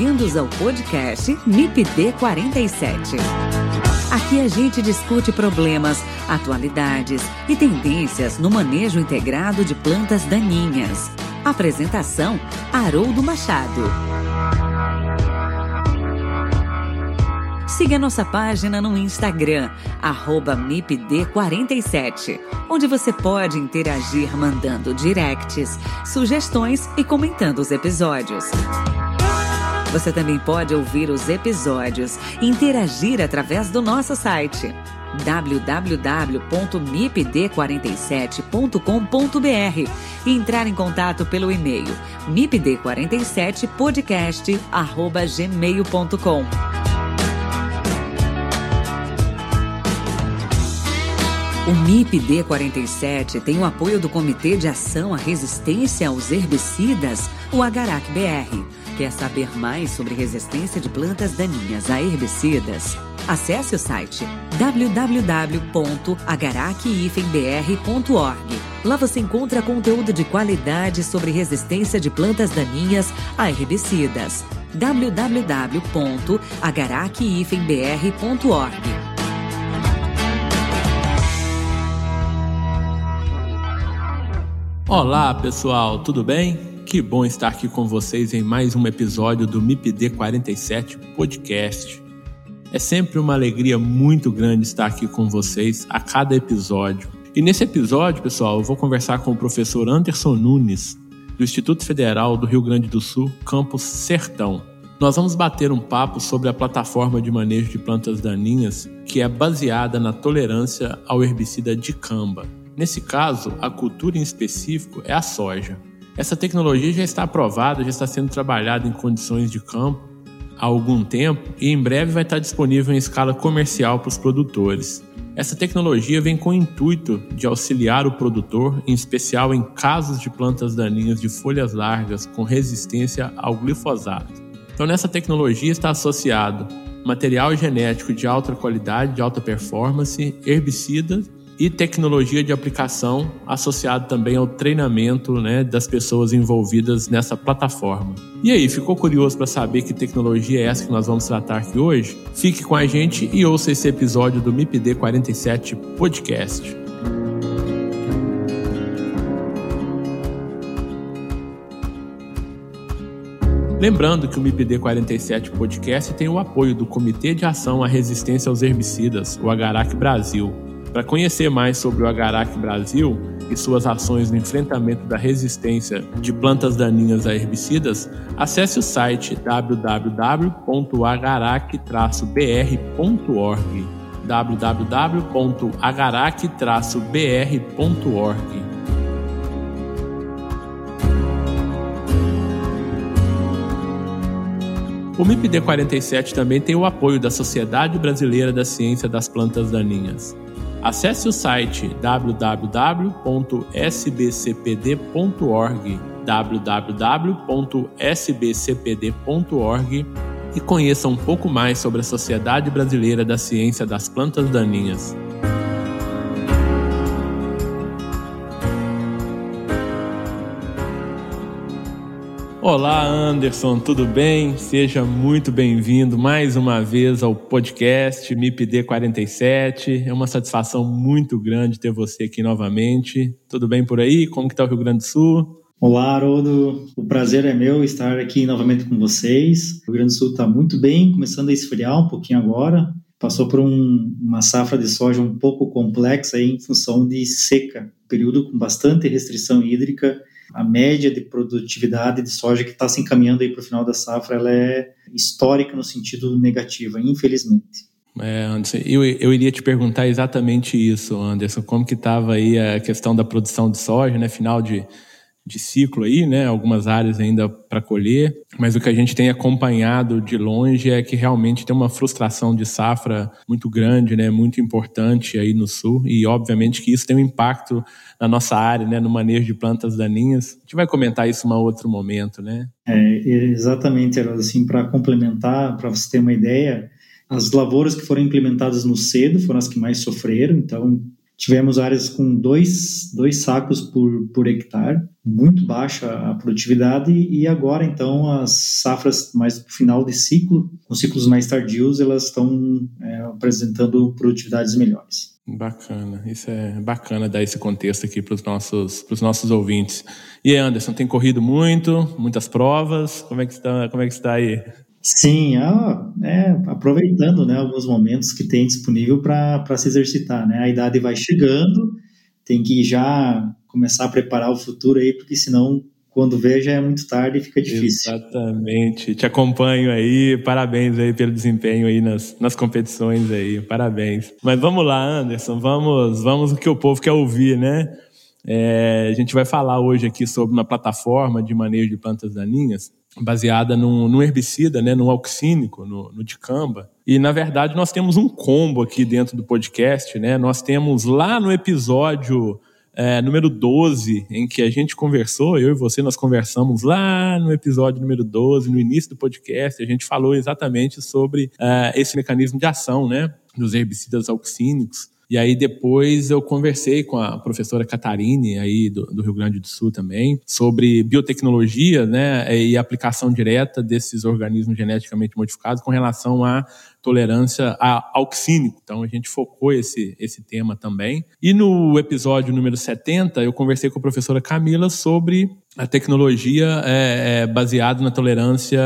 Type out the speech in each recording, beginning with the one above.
Bem-vindos ao podcast MIPD 47. Aqui a gente discute problemas, atualidades e tendências no manejo integrado de plantas daninhas. Apresentação: Haroldo Machado. Siga nossa página no Instagram, @MIPD47, onde você pode interagir mandando directs, sugestões e comentando os episódios. Você também pode ouvir os episódios e interagir através do nosso site www.mipd47.com.br e entrar em contato pelo e-mail mipd47podcast@gmail.com. O MIPD 47 tem o apoio do Comitê de Ação à Resistência aos Herbicidas, o Agarac-BR. Quer saber mais sobre resistência de plantas daninhas a herbicidas? Acesse o site www.agarac-br.org. Lá você encontra conteúdo de qualidade sobre resistência de plantas daninhas a herbicidas. www.agarac-br.org. Olá pessoal, tudo bem? Que bom estar aqui com vocês em mais um episódio do MIPD 47 Podcast. É sempre uma alegria muito grande estar aqui com vocês a cada episódio. E nesse episódio, pessoal, eu vou conversar com o professor Anderson Nunes, do Instituto Federal do Rio Grande do Sul, campus Sertão. Nós vamos bater um papo sobre a plataforma de manejo de plantas daninhas que é baseada na tolerância ao herbicida dicamba. Nesse caso, a cultura em específico é a soja. Essa tecnologia já está aprovada, já está sendo trabalhada em condições de campo há algum tempo e em breve vai estar disponível em escala comercial para os produtores. Essa tecnologia vem com o intuito de auxiliar o produtor, em especial em casos de plantas daninhas de folhas largas com resistência ao glifosato. Então, nessa tecnologia está associado material genético de alta qualidade, de alta performance, herbicidas e tecnologia de aplicação associado também ao treinamento, das pessoas envolvidas nessa plataforma. E aí, ficou curioso para saber que tecnologia é essa que nós vamos tratar aqui hoje? Fique com a gente e ouça esse episódio do MIPD 47 Podcast. Lembrando que o MIPD 47 Podcast tem o apoio do Comitê de Ação à Resistência aos Herbicidas, o Agarac Brasil. Para conhecer mais sobre o Agarac Brasil e suas ações no enfrentamento da resistência de plantas daninhas a herbicidas, acesse o site www.agarac-br.org www.agarac-br.org. O MIPD 47 também tem o apoio da Sociedade Brasileira da Ciência das Plantas Daninhas. Acesse o site www.sbcpd.org www.sbcpd.org e conheça um pouco mais sobre a Sociedade Brasileira da Ciência das Plantas Daninhas. Olá Anderson, tudo bem? Seja muito bem-vindo mais uma vez ao podcast MIPD 47. É uma satisfação muito grande ter você aqui novamente. Tudo bem por aí? Como que está o Rio Grande do Sul? Olá, Haroldo. O prazer é meu estar aqui novamente com vocês. O Rio Grande do Sul está muito bem, começando a esfriar um pouquinho agora. Passou por uma safra de soja um pouco complexa aí, em função de seca, período com bastante restrição hídrica. A média de produtividade de soja que está se encaminhando aí para o final da safra, ela é histórica no sentido negativo, infelizmente. Anderson, eu iria te perguntar exatamente isso, Anderson, como que estava aí a questão da produção de soja, final de ciclo aí, algumas áreas ainda para colher, mas o que a gente tem acompanhado de longe é que realmente tem uma frustração de safra muito grande, muito importante aí no sul, e obviamente que isso tem um impacto na nossa área, no manejo de plantas daninhas. A gente vai comentar isso em um outro momento, Exatamente, assim, para complementar, para você ter uma ideia, as lavouras que foram implementadas no cedo foram as que mais sofreram, então tivemos áreas com dois sacos por hectare, muito baixa a produtividade, e agora, então, as safras mais no final de ciclo, com ciclos mais tardios, elas estão apresentando produtividades melhores. Bacana, isso é bacana dar esse contexto aqui para os nossos ouvintes. E aí, Anderson, tem corrido muitas provas, como é que está aí? Sim, aproveitando, né, alguns momentos que tem disponível para se exercitar, né? A idade vai chegando, tem que já começar a preparar o futuro aí, porque senão, quando vê, já é muito tarde e fica difícil. Exatamente, te acompanho aí, parabéns aí pelo desempenho aí nas competições aí, parabéns. Mas vamos lá, Anderson, vamos o que o povo quer ouvir, né? A gente vai falar hoje aqui sobre uma plataforma de manejo de plantas daninhas baseada num herbicida, né, num auxínico, no dicamba. E, na verdade, nós temos um combo aqui dentro do podcast, né? Nós temos lá no episódio número 12, em que a gente conversou, eu e você, nós conversamos lá no episódio número 12, no início do podcast, a gente falou exatamente sobre esse mecanismo de ação, né, dos herbicidas auxínicos. E aí depois eu conversei com a professora Catarine, aí do Rio Grande do Sul também, sobre biotecnologia, né, e aplicação direta desses organismos geneticamente modificados com relação à tolerância a auxínico. Então a gente focou esse tema também. E no episódio número 70, eu conversei com a professora Camila sobre a tecnologia baseada na tolerância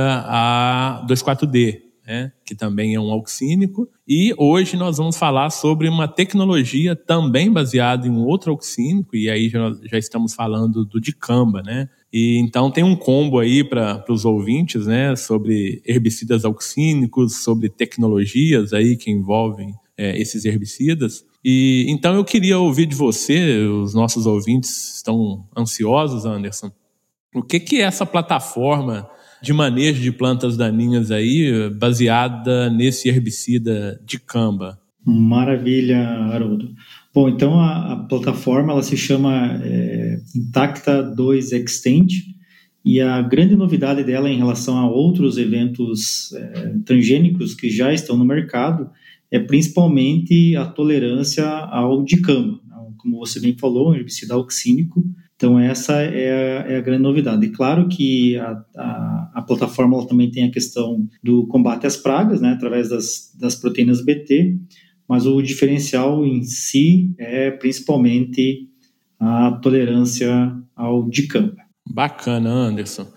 a 2,4-D. Que também é um auxínico, e hoje nós vamos falar sobre uma tecnologia também baseada em um outro auxínico, e aí já estamos falando do dicamba, né? E então tem um combo aí para os ouvintes, né, sobre herbicidas auxínicos, sobre tecnologias aí que envolvem esses herbicidas. E então eu queria ouvir de você, os nossos ouvintes estão ansiosos, Anderson, o que é essa plataforma de manejo de plantas daninhas aí, baseada nesse herbicida dicamba? Maravilha, Haroldo. Bom, então a plataforma ela se chama Intacta 2 Extend, e a grande novidade dela em relação a outros eventos transgênicos que já estão no mercado é principalmente a tolerância ao dicamba. Como você bem falou, um herbicida auxínico. Então essa é a grande novidade. E claro que a plataforma ela também tem a questão do combate às pragas, né, através das proteínas BT, mas o diferencial em si é principalmente a tolerância ao dicamba. Bacana, Anderson.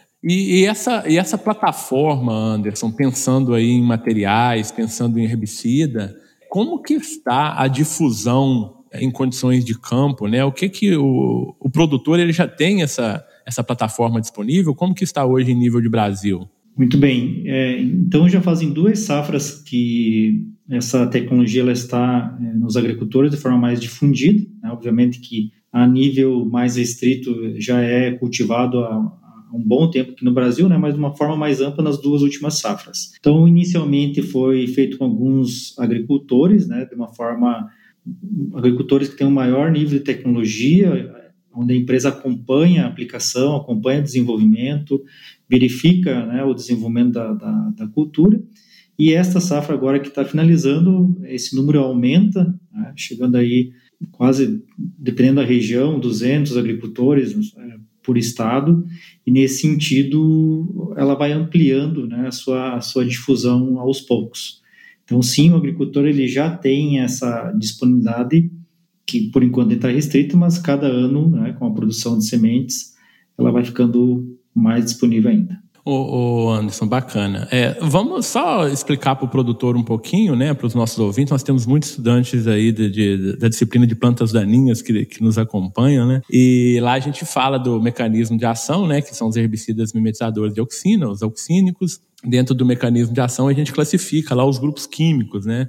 E essa plataforma, Anderson, pensando aí em materiais, pensando em herbicida, como que está a difusão em condições de campo, né? O que o produtor ele já tem essa plataforma disponível? Como que está hoje em nível de Brasil? Muito bem. Então já fazem 2 safras que essa tecnologia ela está nos agricultores de forma mais difundida, né? Obviamente que a nível mais restrito já é cultivado há um bom tempo aqui no Brasil, né? Mas de uma forma mais ampla nas 2 últimas safras. Então inicialmente foi feito com alguns agricultores, né? De uma forma agricultores que têm um maior nível de tecnologia, onde a empresa acompanha a aplicação, acompanha o desenvolvimento, verifica, né, o desenvolvimento da cultura. E esta safra agora que está finalizando, esse número aumenta, né, chegando aí quase, dependendo da região, 200 agricultores por estado, e nesse sentido ela vai ampliando, né, a sua difusão aos poucos. Então, sim, o agricultor ele já tem essa disponibilidade, que por enquanto está restrita, mas cada ano, né, com a produção de sementes, ela vai ficando mais disponível ainda. Anderson, bacana. Vamos só explicar para o produtor um pouquinho, né, para os nossos ouvintes. Nós temos muitos estudantes aí da disciplina de plantas daninhas que nos acompanham, né? E lá a gente fala do mecanismo de ação, né, que são os herbicidas mimetizadores de auxina, os auxínicos. Dentro do mecanismo de ação a gente classifica lá os grupos químicos, né?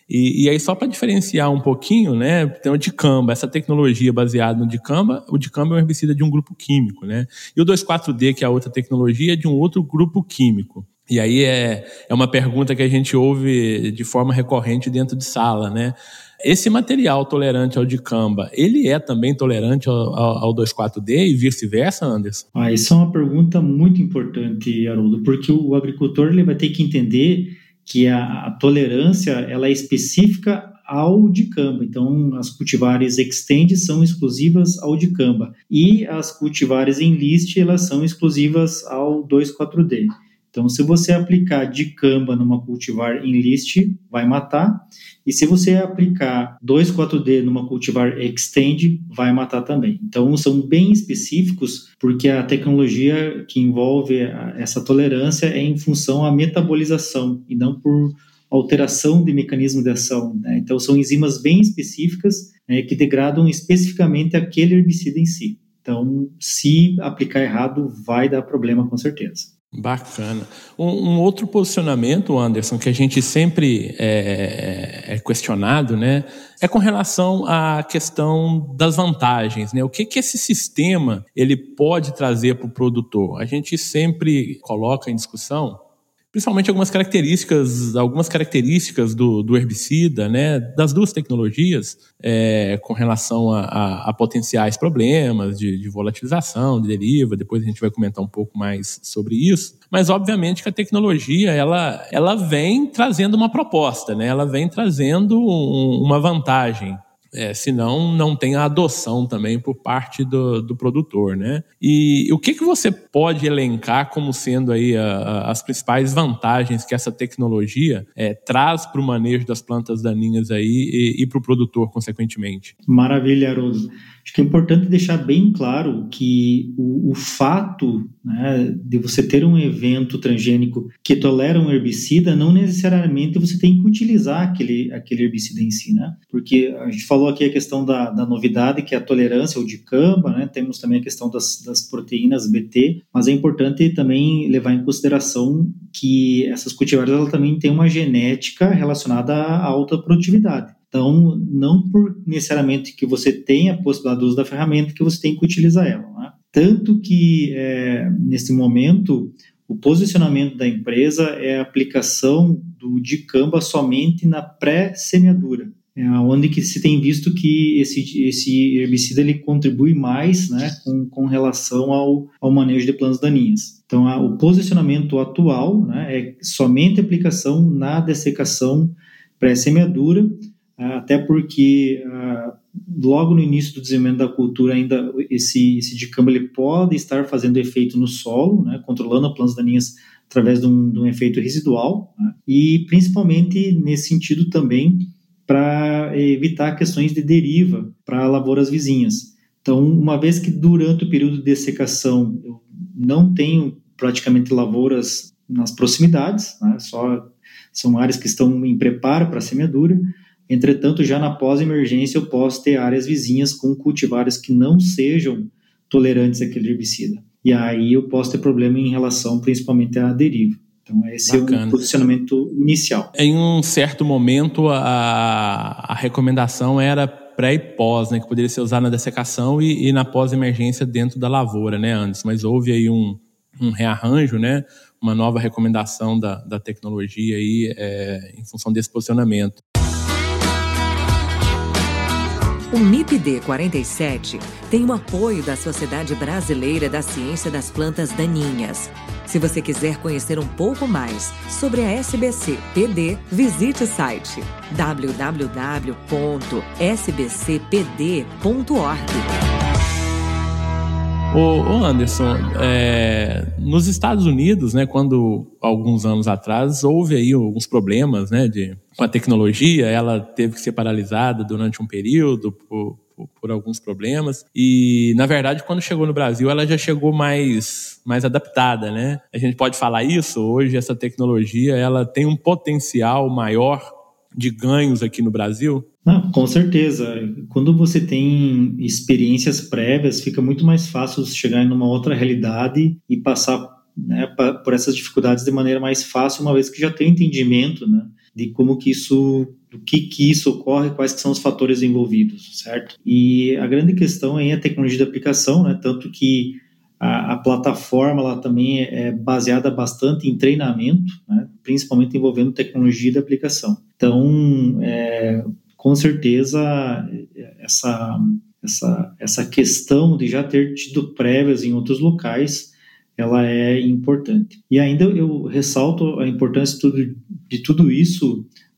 E aí só para diferenciar um pouquinho, né, tem o dicamba, essa tecnologia baseada no dicamba, o dicamba é um herbicida de um grupo químico, né? E o 2,4-D, que é a outra tecnologia, é de um outro grupo químico. E aí é uma pergunta que a gente ouve de forma recorrente dentro de sala, né? Esse material tolerante ao dicamba, ele é também tolerante ao 2,4-D e vice-versa, Anderson? Isso é uma pergunta muito importante, Haroldo, porque o agricultor ele vai ter que entender que a tolerância ela é específica ao dicamba. Então, as cultivares Xtend são exclusivas ao dicamba e as cultivares Enlist, elas são exclusivas ao 2,4-D. Então, se você aplicar dicamba numa cultivar Enlist, vai matar. E se você aplicar 2,4-D numa cultivar Xtend, vai matar também. Então, são bem específicos, porque a tecnologia que envolve essa tolerância é em função à metabolização e não por alteração de mecanismo de ação, né? Então, são enzimas bem específicas, né, que degradam especificamente aquele herbicida em si. Então, se aplicar errado, vai dar problema com certeza. Bacana. Um outro posicionamento, Anderson, que a gente sempre é questionado, né, é com relação à questão das vantagens, né? O que esse sistema ele pode trazer para o produtor? A gente sempre coloca em discussão, principalmente algumas características do herbicida, né, das duas tecnologias, com relação a potenciais problemas de volatilização, de deriva. Depois a gente vai comentar um pouco mais sobre isso. Mas, obviamente, que a tecnologia ela vem trazendo uma proposta, né? Ela vem trazendo uma vantagem. Senão não tem a adoção também por parte do produtor, né? E o que você pode elencar como sendo aí as principais vantagens que essa tecnologia traz para o manejo das plantas daninhas aí e para o produtor, consequentemente? Maravilha, Haroldo. Acho que é importante deixar bem claro que o fato, né, de você ter um evento transgênico que tolera um herbicida, não necessariamente você tem que utilizar aquele herbicida em si, né? Porque a gente falou aqui a questão da novidade, que é a tolerância ao dicamba, né? Temos também a questão das proteínas BT, mas é importante também levar em consideração que essas cultivares elas também têm uma genética relacionada à alta produtividade. Então, não por necessariamente que você tenha a possibilidade do uso da ferramenta que você tem que utilizar ela, né? Tanto que, nesse momento, o posicionamento da empresa é a aplicação do dicamba somente na pré-semeadura, onde que se tem visto que esse herbicida ele contribui mais, né, com relação ao manejo de plantas daninhas. Então, o posicionamento atual, né, é somente aplicação na dessecação pré-semeadura, até porque logo no início do desenvolvimento da cultura ainda esse dicamba ele pode estar fazendo efeito no solo, né, controlando as plantas daninhas através de um efeito residual, né, e principalmente nesse sentido também para evitar questões de deriva para lavouras vizinhas. Então, uma vez que durante o período de dessecação eu não tenho praticamente lavouras nas proximidades, né, só são áreas que estão em preparo para a semeadura. Entretanto, já na pós-emergência, eu posso ter áreas vizinhas com cultivares que não sejam tolerantes àquele herbicida. E aí eu posso ter problema em relação principalmente à deriva. Então, esse Bacana. É o posicionamento inicial. Em um certo momento, a recomendação era pré e pós, né, que poderia ser usado na dessecação e na pós-emergência dentro da lavoura, né, Anderson? Mas houve aí um rearranjo, né, uma nova recomendação da tecnologia aí, em função desse posicionamento. O MIP-D 47 tem o apoio da Sociedade Brasileira da Ciência das Plantas Daninhas. Se você quiser conhecer um pouco mais sobre a SBC-PD, visite o site www.sbcpd.org. Ô Anderson, nos Estados Unidos, né, quando alguns anos atrás houve aí alguns problemas, né, com a tecnologia, ela teve que ser paralisada durante um período por alguns problemas e, na verdade, quando chegou no Brasil, ela já chegou mais adaptada, né? A gente pode falar isso? Hoje essa tecnologia ela tem um potencial maior de ganhos aqui no Brasil? Não, com certeza. Quando você tem experiências prévias, fica muito mais fácil chegar em uma outra realidade e passar, né, por essas dificuldades de maneira mais fácil, uma vez que já tem entendimento, né, de como que isso, do que isso ocorre, quais que são os fatores envolvidos, certo? E a grande questão é a tecnologia de aplicação, né, tanto que a plataforma ela também é baseada bastante em treinamento, né, principalmente envolvendo tecnologia de aplicação. Então, com certeza, essa questão de já ter tido prévias em outros locais, ela é importante. E ainda eu ressalto a importância de tudo isso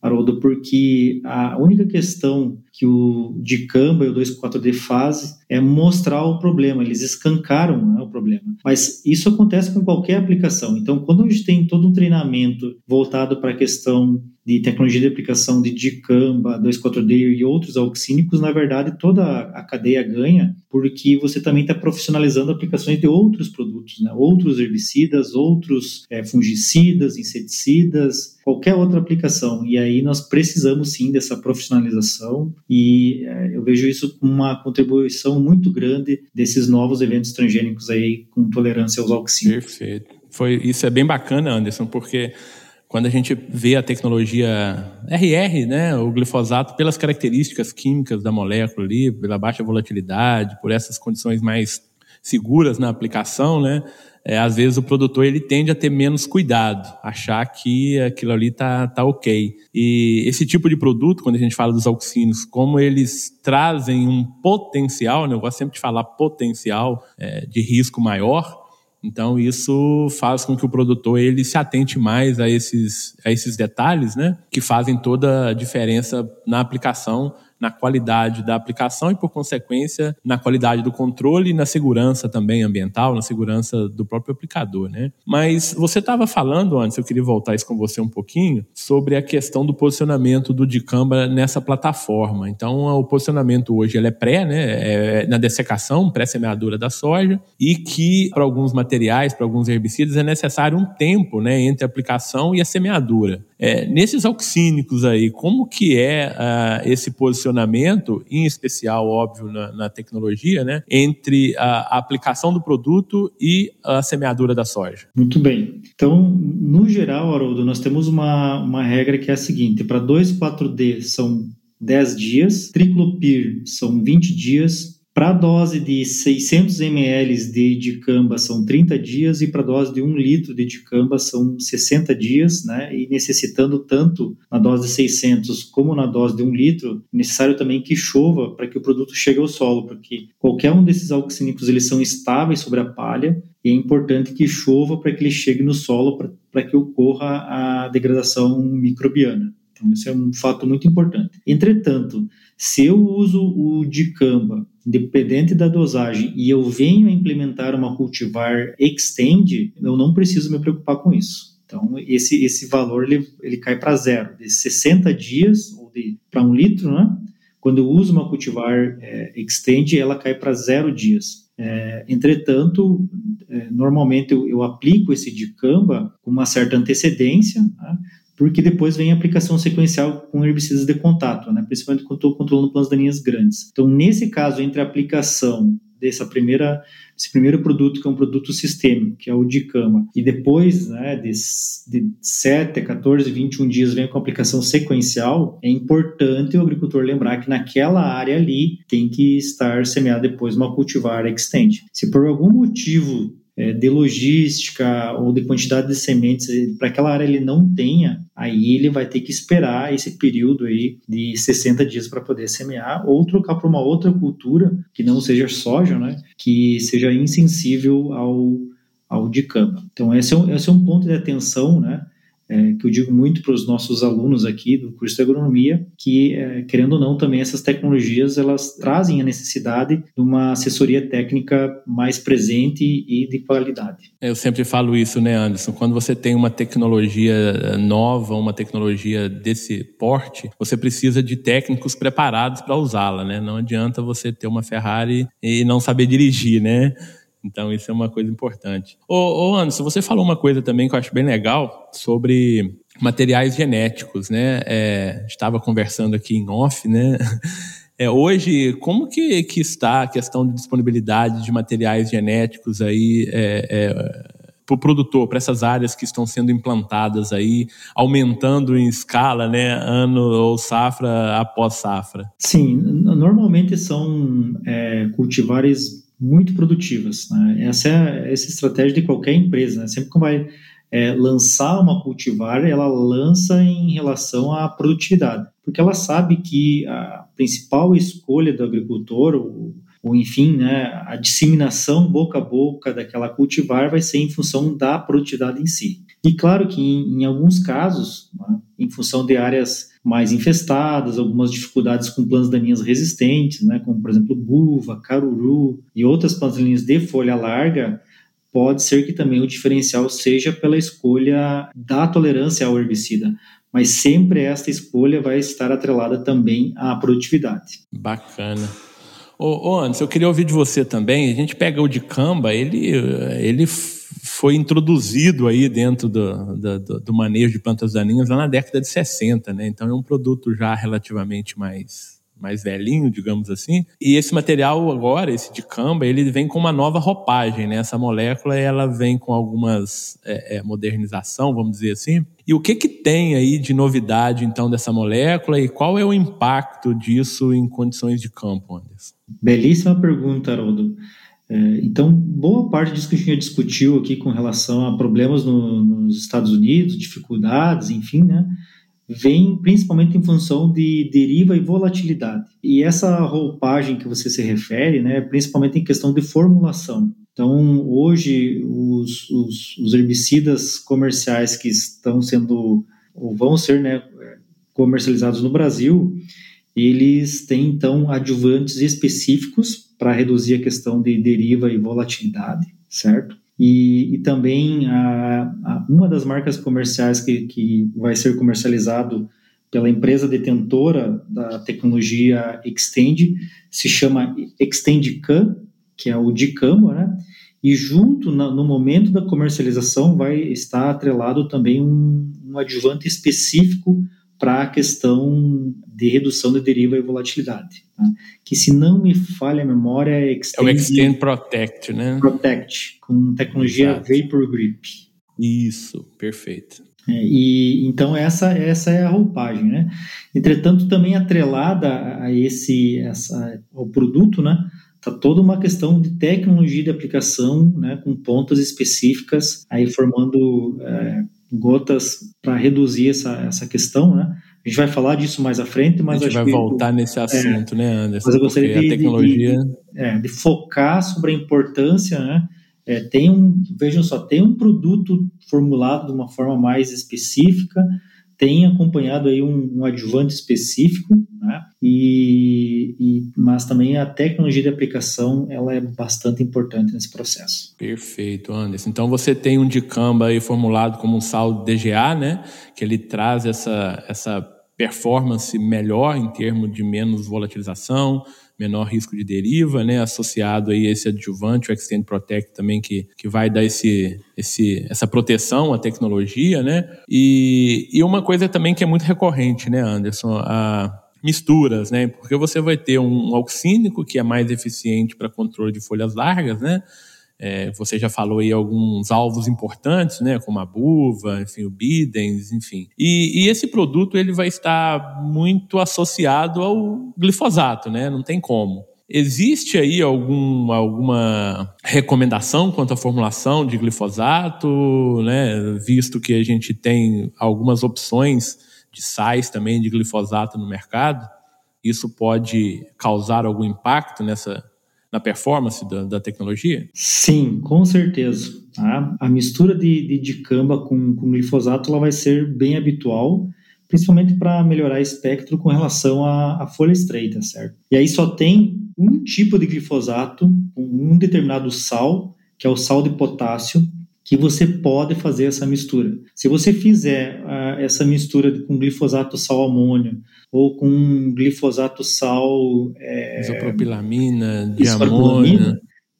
Haroldo, porque a única questão que o dicamba e o 2,4-D fazem é mostrar o problema, eles escancaram, né, o problema. Mas isso acontece com qualquer aplicação. Então, quando a gente tem todo um treinamento voltado para a questão de tecnologia de aplicação de dicamba, 2,4-D e outros auxínicos, na verdade, toda a cadeia ganha, porque você também está profissionalizando aplicações de outros produtos, né? Outros herbicidas, outros fungicidas, inseticidas, qualquer outra aplicação. E aí nós precisamos sim dessa profissionalização e eu vejo isso como uma contribuição muito grande desses novos eventos transgênicos aí com tolerância aos auxínicos. Perfeito. Isso é bem bacana, Anderson, porque quando a gente vê a tecnologia RR, né, o glifosato, pelas características químicas da molécula ali, pela baixa volatilidade, por essas condições mais seguras na aplicação, né, às vezes o produtor ele tende a ter menos cuidado, achar que aquilo ali tá ok. E esse tipo de produto, quando a gente fala dos auxínicos, como eles trazem um potencial, né, eu gosto sempre de falar potencial de risco maior, então, isso faz com que o produtor ele se atente mais a esses detalhes, né, que fazem toda a diferença na aplicação, na qualidade da aplicação e, por consequência, na qualidade do controle e na segurança também ambiental, na segurança do próprio aplicador, né? Mas você estava falando antes, eu queria voltar isso com você um pouquinho, sobre a questão do posicionamento do dicamba nessa plataforma. Então, o posicionamento hoje ele é pré, né? Na dessecação, pré-semeadura da soja, e que para alguns materiais, para alguns herbicidas, é necessário um tempo, né, entre a aplicação e a semeadura. Nesses auxínicos aí, como que é esse posicionamento, em especial, óbvio, na tecnologia, né, entre a aplicação do produto e a semeadura da soja? Muito bem. Então, no geral, Haroldo, nós temos uma regra que é a seguinte: para 2,4-D são 10 dias, triclopir são 20 dias, para a dose de 600 ml de dicamba são 30 dias e para a dose de 1 litro de dicamba são 60 dias, né? E necessitando tanto na dose de 600 como na dose de 1 litro, é necessário também que chova para que o produto chegue ao solo, porque qualquer um desses auxínicos eles são estáveis sobre a palha e é importante que chova para que ele chegue no solo para que ocorra a degradação microbiana. Então, isso é um fato muito importante. Entretanto, se eu uso o dicamba, independente da dosagem, e eu venho a implementar uma cultivar extend, eu não preciso me preocupar com isso. Então, esse valor ele cai para zero, de 60 dias ou para 1 litro, né? Quando eu uso uma cultivar extend, ela cai para 0 dias. Entretanto, normalmente eu aplico esse dicamba com uma certa antecedência, né? Porque depois vem a aplicação sequencial com herbicidas de contato, né? Principalmente quando estou controlando plantas daninhas grandes. Então, nesse caso, entre a aplicação desse primeiro produto, que é um produto sistêmico, que é o dicamba, e depois, né, de 7, 14, 21 dias vem com a aplicação sequencial, é importante o agricultor lembrar que naquela área ali tem que estar semeado depois uma cultivar extend. Se por algum motivo de logística ou de quantidade de sementes para aquela área ele não tenha, aí ele vai ter que esperar esse período aí de 60 dias para poder semear ou trocar para uma outra cultura que não seja soja, né, que seja insensível ao dicamba. Então esse é um ponto de atenção, né, que eu digo muito para os nossos alunos aqui do curso de agronomia, que, querendo ou não, também essas tecnologias, elas trazem a necessidade de uma assessoria técnica mais presente e de qualidade. Eu sempre falo isso, né, Anderson? Quando você tem uma tecnologia nova, uma tecnologia desse porte, você precisa de técnicos preparados para usá-la, né? Não adianta você ter uma Ferrari e não saber dirigir, né? Então, isso é uma coisa importante. Anderson, você falou uma coisa também que eu acho bem legal sobre materiais genéticos, né? A gente estava conversando aqui em off, né? Hoje, como que está a questão de disponibilidade de materiais genéticos aí para o produtor, para essas áreas que estão sendo implantadas aí, aumentando em escala, né? Ano ou safra após safra? Sim, normalmente são cultivares muito produtivas, né? Essa é essa estratégia de qualquer empresa, né? Sempre que vai lançar uma cultivar, ela lança em relação à produtividade, porque ela sabe que a principal escolha do agricultor, ou enfim, né, a disseminação boca a boca daquela cultivar vai ser em função da produtividade em si. E claro que em alguns casos, né, em função de áreas mais infestadas, algumas dificuldades com plantas daninhas resistentes, né, como por exemplo buva, caruru e outras plantas daninhas de folha larga, pode ser que também o diferencial seja pela escolha da tolerância ao herbicida, mas sempre esta escolha vai estar atrelada também à produtividade. Bacana. Ô Anderson, eu queria ouvir de você também. A gente pega o dicamba, ele foi introduzido aí dentro do manejo de plantas daninhas lá na década de 60, né? Então é um produto já relativamente mais velhinho, digamos assim. E esse material agora, esse dicamba, ele vem com uma nova roupagem, né? Essa molécula, ela vem com algumas modernização, vamos dizer assim. E o que tem aí de novidade, então, dessa molécula e qual é o impacto disso em condições de campo, Anderson? Belíssima pergunta, Haroldo. Então, boa parte disso que a gente discutiu aqui com relação a problemas nos Estados Unidos, dificuldades, enfim, né, vem principalmente em função de deriva e volatilidade. E essa roupagem que você se refere, né, principalmente em questão de formulação. Então, hoje, os herbicidas comerciais que estão sendo, ou vão ser, né, comercializados no Brasil, eles têm, então, adjuvantes específicos para reduzir a questão de deriva e volatilidade, certo? E também uma das marcas comerciais que vai ser comercializado pela empresa detentora da tecnologia Xtend se chama Xtend-Can, que é o dicamba, né? E junto, no momento da comercialização, vai estar atrelado também um adjuvante específico para a questão de redução de deriva e volatilidade, tá? Que, se não me falha a memória, é o Xtend Protect, né? Protect, com tecnologia Vapor Grip. Isso, perfeito. E então essa é a roupagem, né? Entretanto, também atrelada ao produto, né, está toda uma questão de tecnologia de aplicação, né, com pontas específicas, aí formando gotas para reduzir essa questão, né? A gente vai falar disso mais à frente, mas a gente vai voltar nesse assunto, né, Anderson? Mas eu gostaria a tecnologia... de focar sobre a importância, né? Vejam só, tem um produto formulado de uma forma mais específica, tem acompanhado aí um adjuvante específico, né? Mas também a tecnologia de aplicação, ela é bastante importante nesse processo. Perfeito, Anderson. Então você tem um dicamba aí formulado como um sal DGA, né? Que ele traz essa performance melhor em termos de menos volatilização, menor risco de deriva, né, associado aí a esse adjuvante, o Xtend Protect também, que vai dar essa proteção à tecnologia, né, e uma coisa também que é muito recorrente, né, Anderson, misturas, né, porque você vai ter um auxínico que é mais eficiente para controle de folhas largas, né. Você já falou aí alguns alvos importantes, né, como a buva, enfim, o bidens, enfim. E esse produto ele vai estar muito associado ao glifosato, né? Não tem como. Existe aí alguma recomendação quanto à formulação de glifosato, né? Visto que a gente tem algumas opções de sais também de glifosato no mercado, isso pode causar algum impacto na performance da tecnologia? Sim, com certeza. Tá? A mistura de dicamba com glifosato ela vai ser bem habitual, principalmente para melhorar espectro com relação à folha estreita, certo? E aí só tem um tipo de glifosato, um determinado sal, que é o sal de potássio, que você pode fazer essa mistura. Se você fizer essa mistura com glifosato sal amônio ou com glifosato sal... isopropilamina, diamônia...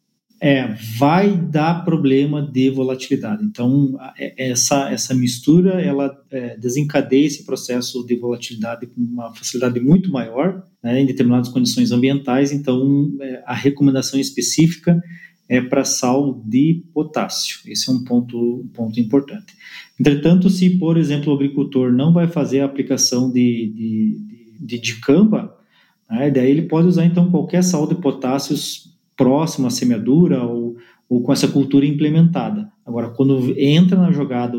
vai dar problema de volatilidade. Então, essa mistura, ela desencadeia esse processo de volatilidade com uma facilidade muito maior, né, em determinadas condições ambientais. Então, a recomendação específica é para sal de potássio. Esse é um ponto importante. Entretanto, se, por exemplo, o agricultor não vai fazer a aplicação de dicamba, né, daí ele pode usar, então, qualquer sal de potássios próximo à semeadura ou com essa cultura implementada. Agora, quando entra na jogada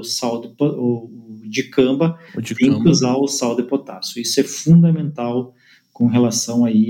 o dicamba, tem que usar o sal de potássio. Isso é fundamental com relação aí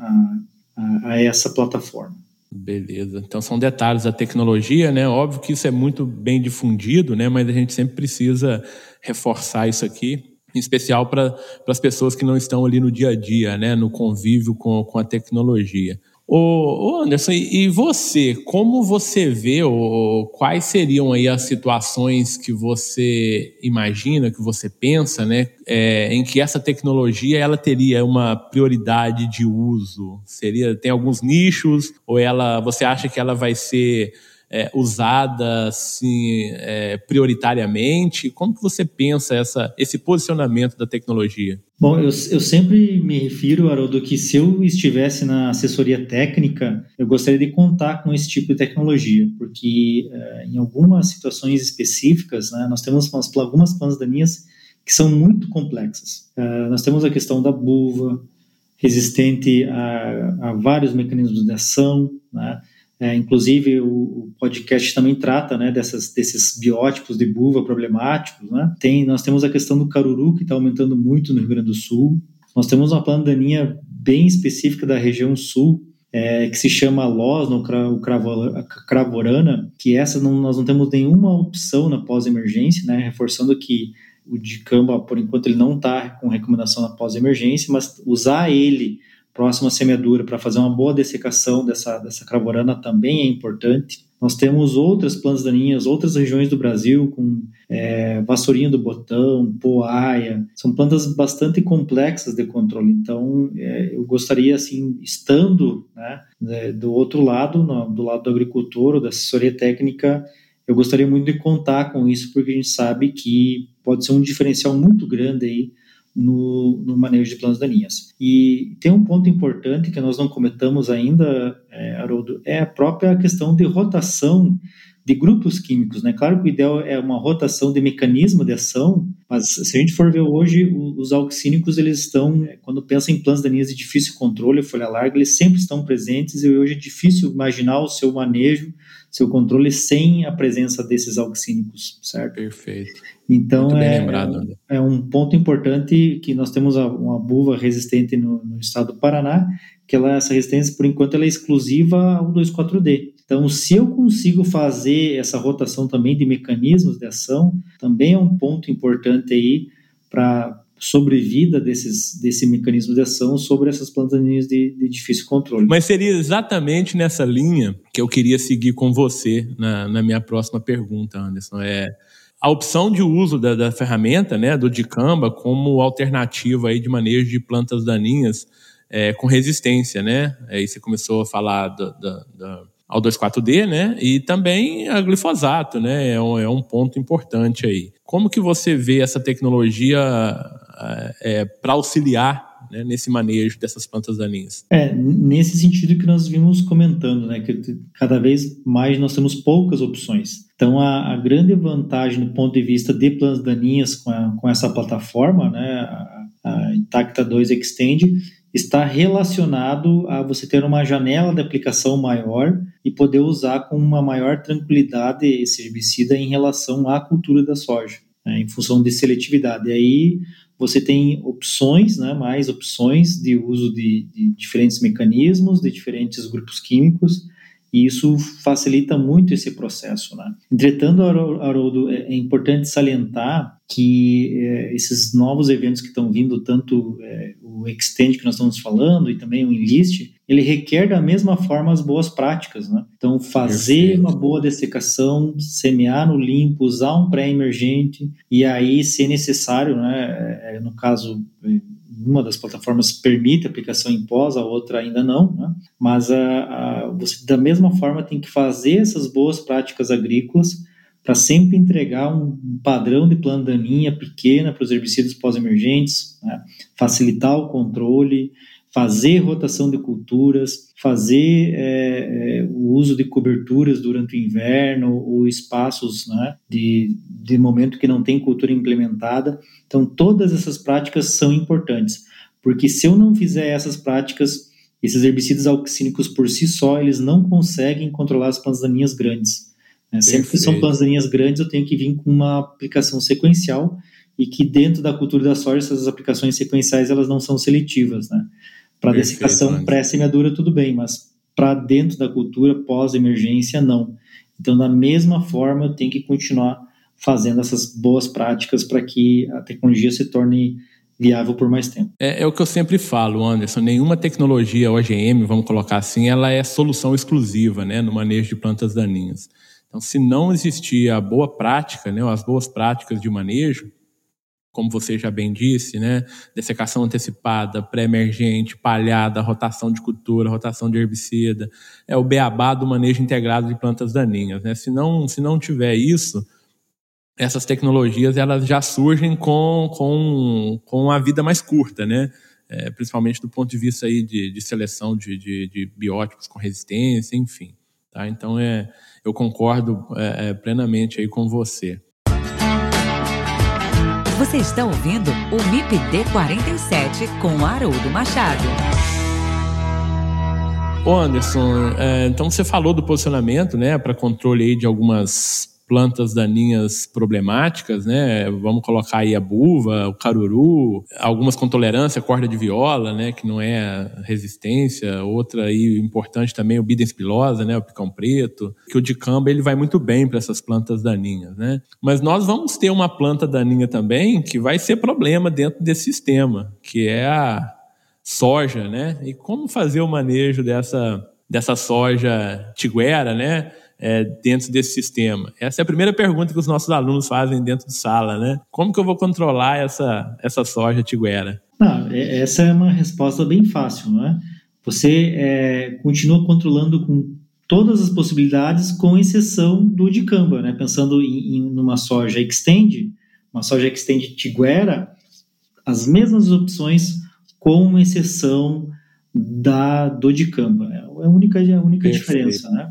a essa plataforma. Beleza. Então são detalhes da tecnologia, né? Óbvio que isso é muito bem difundido, né? Mas a gente sempre precisa reforçar isso aqui. em especial para as pessoas que não estão ali no dia a dia, né, no convívio com a tecnologia. Ô Anderson, e você, como você vê, ou quais seriam aí as situações que você imagina, que você pensa, né, em que essa tecnologia ela teria uma prioridade de uso? Tem alguns nichos, ou você acha que ela vai ser usada assim, prioritariamente? Como que você pensa esse posicionamento da tecnologia? Bom, eu sempre me refiro, Haroldo, que se eu estivesse na assessoria técnica, eu gostaria de contar com esse tipo de tecnologia, porque em algumas situações específicas, né, nós temos algumas plantas daninhas que são muito complexas. Nós temos a questão da buva, resistente a vários mecanismos de ação, né? Inclusive o podcast também trata, né, desses biótipos de buva problemáticos, né? Nós temos a questão do caruru, que está aumentando muito no Rio Grande do Sul. Nós temos uma planta daninha bem específica da região sul, que se chama losna, cravorana, que nós não temos nenhuma opção na pós-emergência, né? Reforçando que o dicamba, por enquanto, ele não está com recomendação na pós-emergência, mas usar ele próximo à semeadura para fazer uma boa dessecação dessa cravorana também é importante. Nós temos outras plantas daninhas, outras regiões do Brasil, com vassourinha do botão, poaia, são plantas bastante complexas de controle. Então, eu gostaria, assim, estando, né, do outro lado, do lado do agricultor ou da assessoria técnica, eu gostaria muito de contar com isso, porque a gente sabe que pode ser um diferencial muito grande aí no manejo de plantas daninhas. E tem um ponto importante que nós não comentamos ainda, Haroldo, é a própria questão de rotação de grupos químicos, né? Claro que o ideal é uma rotação de mecanismo de ação, mas se a gente for ver hoje, os auxínicos, eles estão, quando pensa em plantas daninhas de difícil controle, folha larga, eles sempre estão presentes e hoje é difícil imaginar o seu manejo, seu controle sem a presença desses auxínicos, certo? Perfeito. Então, muito bem lembrado, né? É um ponto importante que nós temos uma buva resistente no estado do Paraná, que essa resistência, por enquanto, ela é exclusiva ao 2,4-D. Então, se eu consigo fazer essa rotação também de mecanismos de ação, também é um ponto importante aí para sobrevida desse mecanismo de ação sobre essas plantas daninhas de difícil controle. Mas seria exatamente nessa linha que eu queria seguir com você na minha próxima pergunta, Anderson. A opção de uso da ferramenta, né, do dicamba, como alternativa aí de manejo de plantas daninhas com resistência, né? Aí você começou a falar ao 2,4-D, né? E também a glifosato, né? É um ponto importante aí. Como que você vê essa tecnologia para auxiliar, né, nesse manejo dessas plantas daninhas? Nesse sentido que nós vimos comentando, né? Que cada vez mais nós temos poucas opções. Então, a grande vantagem do ponto de vista de plantas daninhas com essa plataforma, né, a Intacta 2 Extend, está relacionado a você ter uma janela de aplicação maior e poder usar com uma maior tranquilidade esse herbicida em relação à cultura da soja, né, em função de seletividade. E aí você tem opções, né, mais opções de uso de diferentes mecanismos, de diferentes grupos químicos, e isso facilita muito esse processo, né? Entretanto, Haroldo, é importante salientar que esses novos eventos que estão vindo, tanto o Extend que nós estamos falando e também o Enlist, ele requer da mesma forma as boas práticas, né? Então, fazer uma boa dessecação, semear no limpo, usar um pré-emergente e aí, se necessário, né, no caso, uma das plataformas permite aplicação em pós, a outra ainda não, né? Mas você da mesma forma tem que fazer essas boas práticas agrícolas para sempre entregar um padrão de planta daninha pequena para os herbicidas pós-emergentes, né? Facilitar o controle, fazer rotação de culturas, fazer o uso de coberturas durante o inverno ou espaços, né, de momento que não tem cultura implementada. Então, todas essas práticas são importantes, porque se eu não fizer essas práticas, esses herbicidas auxínicos por si só, eles não conseguem controlar as plantas daninhas grandes. Né? Sempre que são plantas daninhas grandes, eu tenho que vir com uma aplicação sequencial e que dentro da cultura da soja, essas aplicações sequenciais, elas não são seletivas, né? Para dessecação pré-semeadura, tudo bem, mas para dentro da cultura pós-emergência, não. Então, da mesma forma, eu tenho que continuar fazendo essas boas práticas para que a tecnologia se torne viável por mais tempo. É o que eu sempre falo, Anderson, nenhuma tecnologia OGM, vamos colocar assim, ela é solução exclusiva, né, no manejo de plantas daninhas. Então, se não existir a boa prática, né, as boas práticas de manejo, como você já bem disse, né, dessecação antecipada, pré-emergente, palhada, rotação de cultura, rotação de herbicida, é o beabá do manejo integrado de plantas daninhas, né? Se não tiver isso, essas tecnologias elas já surgem com a vida mais curta, né? Principalmente do ponto de vista aí de seleção de biótipos com resistência, enfim. Tá? Então, eu concordo plenamente aí com você. Você está ouvindo o MIPD 47 com Haroldo Machado. Ô Anderson, então você falou do posicionamento, né, para controle aí de algumas plantas daninhas problemáticas, né? Vamos colocar aí a buva, o caruru, algumas com tolerância, corda de viola, né? Que não é resistência. Outra aí importante também, o Bidens pilosa, né? O picão preto. Que o dicamba, ele vai muito bem para essas plantas daninhas, né? Mas nós vamos ter uma planta daninha também que vai ser problema dentro desse sistema, que é a soja, né? E como fazer o manejo dessa soja tiguera, né? Dentro desse sistema? Essa é a primeira pergunta que os nossos alunos fazem dentro de sala, né? Como que eu vou controlar essa soja tiguera? Essa é uma resposta bem fácil, né? Você continua controlando com todas as possibilidades, com exceção do dicamba, né? Pensando numa soja extend, uma soja extend tiguera, as mesmas opções, com exceção do dicamba. É a única diferença, né?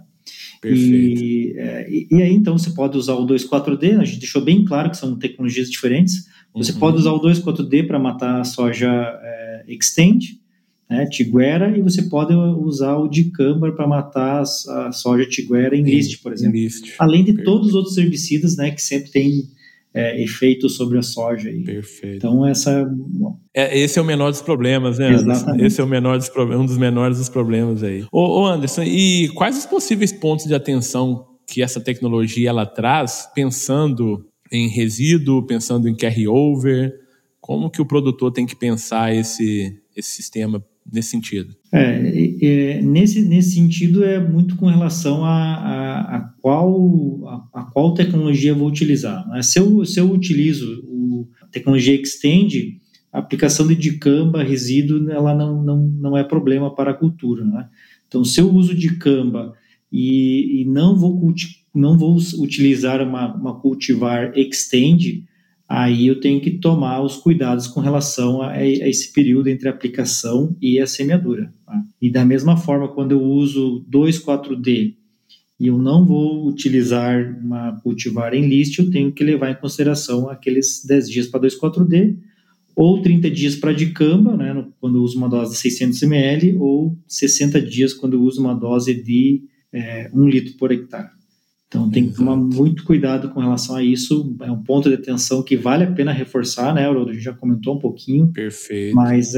E aí, então, você pode usar o 2,4-D, a gente deixou bem claro que são tecnologias diferentes. Você pode usar o 2,4-D para matar a soja extend, né, tiguera, e você pode usar o dicamba para matar a soja tiguera em list, por exemplo. Além de todos os outros herbicidas, né, que sempre tem efeito sobre a soja. Perfeito. Então, esse é o menor dos problemas, né, Anderson? Esse é um dos menores dos problemas aí. Ô Anderson, e quais os possíveis pontos de atenção que essa tecnologia ela traz, pensando em resíduo, pensando em carry-over? Como que o produtor tem que pensar esse sistema nesse sentido? Nesse sentido, é muito com relação a qual tecnologia eu vou utilizar, né? Se eu utilizo a tecnologia Extend, a aplicação de dicamba, resíduo, ela não é problema para a cultura, né? Então, se eu uso dicamba e não vou utilizar uma cultivar Extend, aí eu tenho que tomar os cuidados com relação a esse período entre a aplicação e a semeadura. Tá? E da mesma forma, quando eu uso 2,4-D e eu não vou utilizar uma cultivar em list, eu tenho que levar em consideração aqueles 10 dias para 2,4-D ou 30 dias para dicamba, né, quando eu uso uma dose de 600 ml, ou 60 dias quando eu uso uma dose de 1 litro por hectare. Então tem que tomar muito cuidado com relação a isso, é um ponto de atenção que vale a pena reforçar, né, Haroldo? A gente já comentou um pouquinho. Perfeito. Mas